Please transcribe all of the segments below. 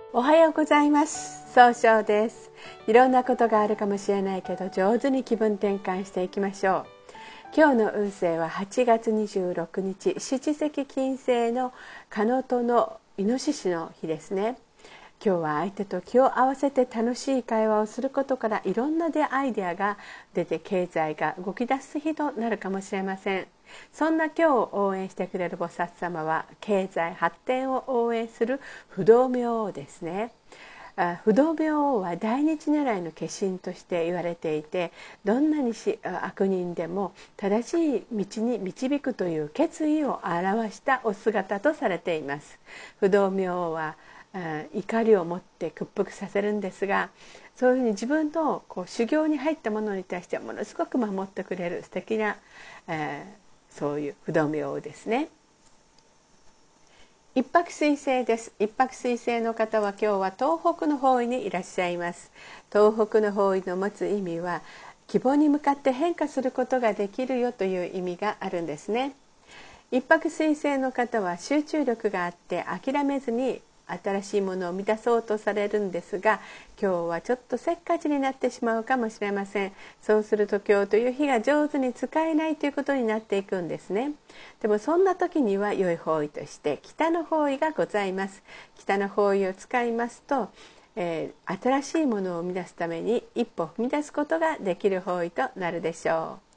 おはようございます。総称です。いろんなことがあるかもしれないけど、上手に気分転換していきましょう。今日の運勢は8月26日、七石金星の庚子のイノシシの日ですね。今日は相手と気を合わせて楽しい会話をすることから、いろんなアイデアが出て経済が動き出す日となるかもしれません。そんな今日を応援してくれる菩薩様は、経済発展を応援する不動明王ですね。不動明王は大日如来の化身として言われていて、どんなに悪人でも正しい道に導くという決意を表したお姿とされています。不動明王は怒りを持って屈服させるんですが、そういうふうに自分の修行に入ったものに対してはものすごく守ってくれる素敵な、そういう不動明王ですね。一泊水星です。一泊水星の方は今日は東北の方位にいらっしゃいます。東北の方位の持つ意味は、希望に向かって変化することができるよという意味があるんですね。一泊水星の方は集中力があって諦めずに新しいものを生み出そうとされるんですが、今日はちょっとせっかちになってしまうかもしれません。そうすると今日という日が上手に使えないということになっていくんですね。でもそんな時には良い方位として北の方位がございます。北の方位を使いますと、新しいものを生み出すために一歩踏み出すことができる方位となるでしょう。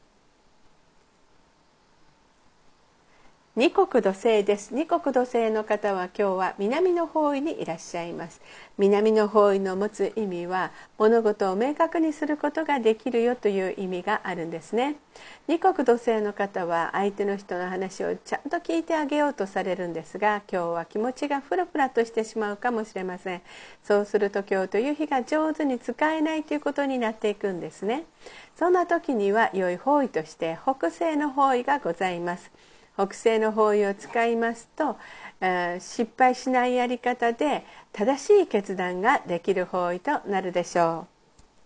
二国土星です。二国土星の方は今日は南の方位にいらっしゃいます。南の方位の持つ意味は、物事を明確にすることができるよという意味があるんですね。二国土星の方は相手の人の話をちゃんと聞いてあげようとされるんですが、今日は気持ちがフラフラとしてしまうかもしれません。そうすると今日という日が上手に使えないということになっていくんですね。そんな時には良い方位として北西の方位がございます。北西の方位を使いますと、失敗しないやり方で正しい決断ができる方位となるでしょう。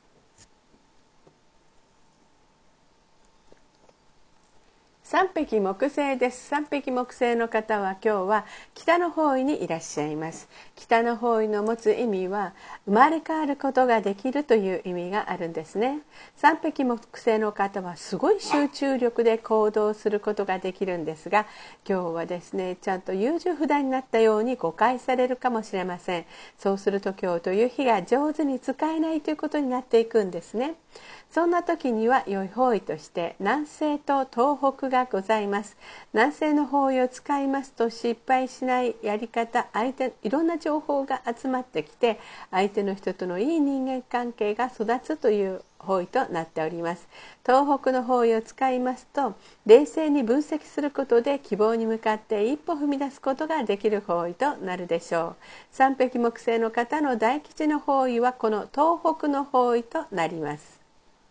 三匹木星です。三匹木星の方は今日は北の方位にいらっしゃいます。北の方位の持つ意味は、生まれ変わることができるという意味があるんですね。三匹木星の方はすごい集中力で行動することができるんですが、今日はですね、ちゃんと優柔不断になったように誤解されるかもしれません。そうすると今日という日が上手に使えないということになっていくんですね。そんな時には良い方位として南西と東北がございます。南西の方位を使いますと、失敗しないやり方、いろんな情報が集まってきて、相手の人とのいい人間関係が育つという方位となっております。東北の方位を使いますと、冷静に分析することで希望に向かって一歩踏み出すことができる方位となるでしょう。三匹木星の方の大吉の方位はこの東北の方位となります。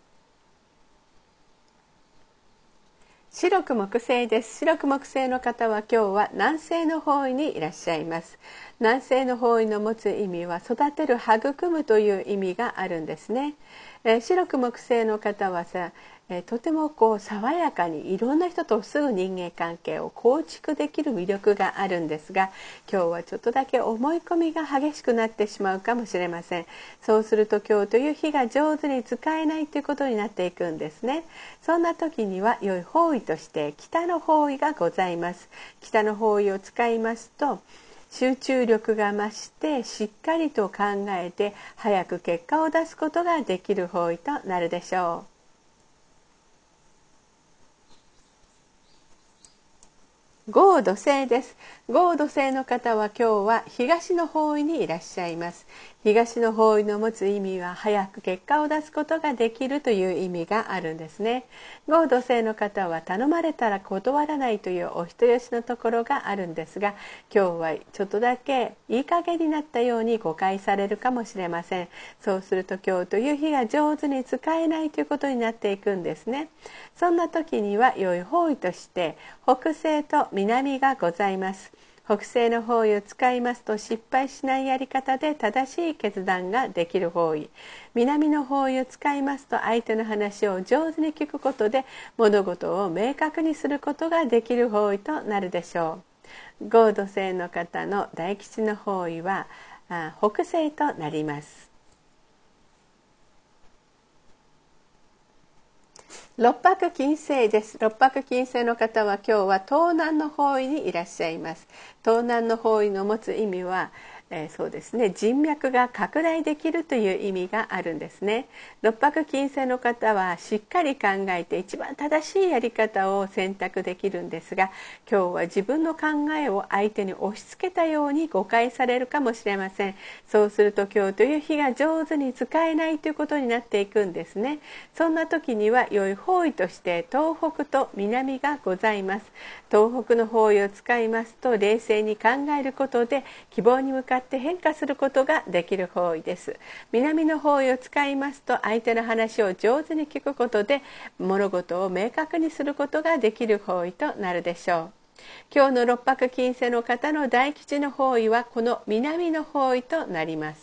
白く木星です。白く木星の方は今日は南西の方位にいらっしゃいます。南西の方位の持つ意味は、育てる、育むという意味があるんですね。白く木星の方はとても爽やかにいろんな人とすぐ人間関係を構築できる魅力があるんですが、今日はちょっとだけ思い込みが激しくなってしまうかもしれません。そうすると今日という日が上手に使えないということになっていくんですね。そんな時には良い方位として北の方位がございます。北の方位を使いますと、集中力が増してしっかりと考えて早く結果を出すことができる方位となるでしょう。合土星です。合土星の方は今日は東の方位にいらっしゃいます。東の方位の持つ意味は、早く結果を出すことができるという意味があるんですね。合土星の方は頼まれたら断らないというお人よしのところがあるんですが、今日はちょっとだけいい加減になったように誤解されるかもしれません。そうすると今日という日が上手に使えないということになっていくんですね。そんな時には良い方位として北西と南がございます。北西の方位を使いますと、失敗しないやり方で正しい決断ができる方位。南の方位を使いますと、相手の話を上手に聞くことで物事を明確にすることができる方位となるでしょう。合土星の方の大吉の方位は北西となります。六白金星です。六白金星の方は今日は東南の方位にいらっしゃいます。東南の方位の持つ意味は、そうですね、人脈が拡大できるという意味があるんですね。六白金星の方はしっかり考えて一番正しいやり方を選択できるんですが、今日は自分の考えを相手に押し付けたように誤解されるかもしれません。そうすると今日という日が上手に使えないということになっていくんですね。そんな時には良い方位として東北と南がございます。東北の方位を使いますと冷静に考えることで希望に向かって変化することができる方位です。南の方位を使いますと相手の話を上手に聞くことで物事を明確にすることができる方位となるでしょう。今日の六白金星の方の大吉の方位はこの南の方位となります。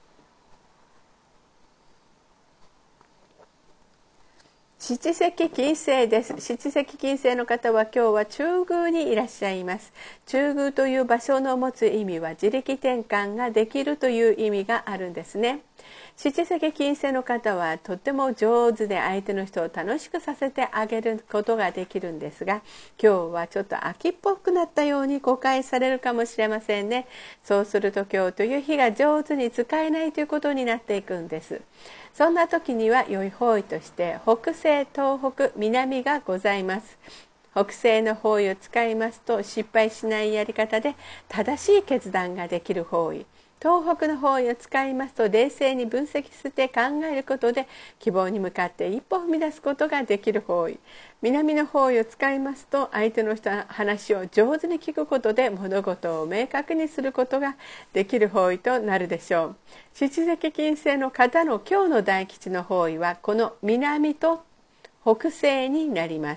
七石金星です。七石金星の方は今日は中宮にいらっしゃいます。中宮という場所の持つ意味は自力転換ができるという意味があるんですね。七石金星の方はとても上手で相手の人を楽しくさせてあげることができるんですが、今日はちょっと秋っぽくなったように誤解されるかもしれませんね。そうすると今日という日が上手に使えないということになっていくんです。そんな時には良い方位として北西、東北、南がございます。北西の方位を使いますと失敗しないやり方で正しい決断ができる方位。東北の方位を使いますと冷静に分析して考えることで希望に向かって一歩踏み出すことができる方位。南の方位を使いますと相手の人の話を上手に聞くことで物事を明確にすることができる方位となるでしょう。七石金星の方の今日の大吉の方位はこの南と北西になります。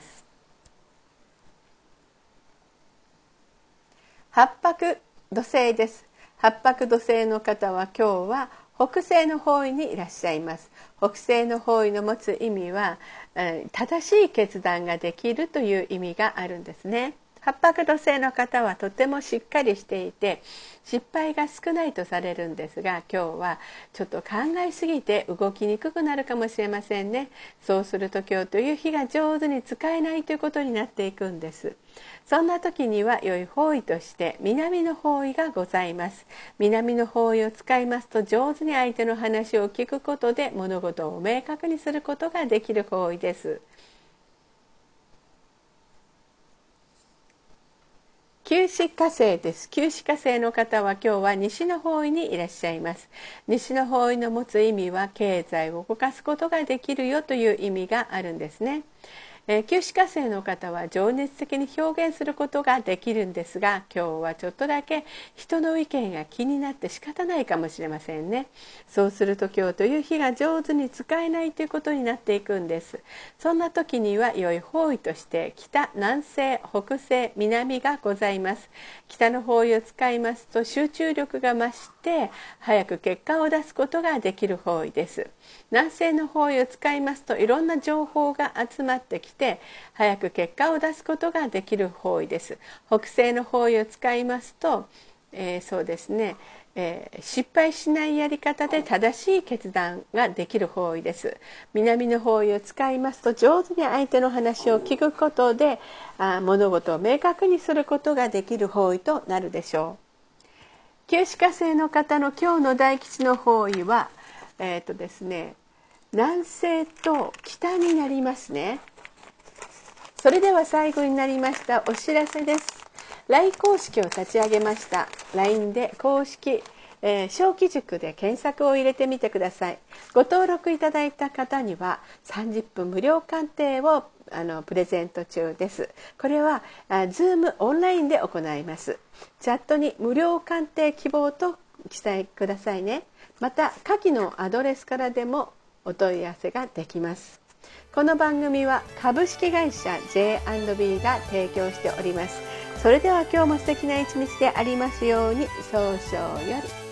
八白土星です。八白土星の方は今日は北西の方位にいらっしゃいます。北西の方位の持つ意味は、正しい決断ができるという意味があるんですね。八白土星の方はとてもしっかりしていて失敗が少ないとされるんですが、今日はちょっと考えすぎて動きにくくなるかもしれませんね。そうすると今日という日が上手に使えないということになっていくんです。そんな時には良い方位として南の方位がございます。南の方位を使いますと上手に相手の話を聞くことで物事を明確にすることができる方位です。九紫火星です。九紫火星の方は今日は西の方位にいらっしゃいます。西の方位の持つ意味は経済を動かすことができるよという意味があるんですね。九紫火星の方は情熱的に表現することができるんですが、今日はちょっとだけ人の意見が気になって仕方ないかもしれませんね。そうすると今日という日が上手に使えないということになっていくんです。そんな時には良い方位として北、南西、北西、南がございます。北の方位を使いますと集中力が増して早く結果を出すことができる方位です。南西の方位を使いますといろんな情報が集まってきて早く結果を出すことができる方位です。北西の方位を使いますと、そうですね、失敗しないやり方で正しい決断ができる方位です。南の方位を使いますと上手に相手の話を聞くことで物事を明確にすることができる方位となるでしょう。九紫火星の方の今日の大吉の方位はですね、南西と北になりますね。それでは最後になりましたお知らせです。LINE 公式を立ち上げました。 LINE で公式、小規塾で検索を入れてみてください。ご登録いただいた方には30分無料鑑定をプレゼント中です。これはZoom オンラインで行います。チャットに無料鑑定希望と記載くださいね。また下記のアドレスからでもお問い合わせができます。この番組は株式会社 J&B が提供しております。それでは今日も素敵な一日でありますように。早々より。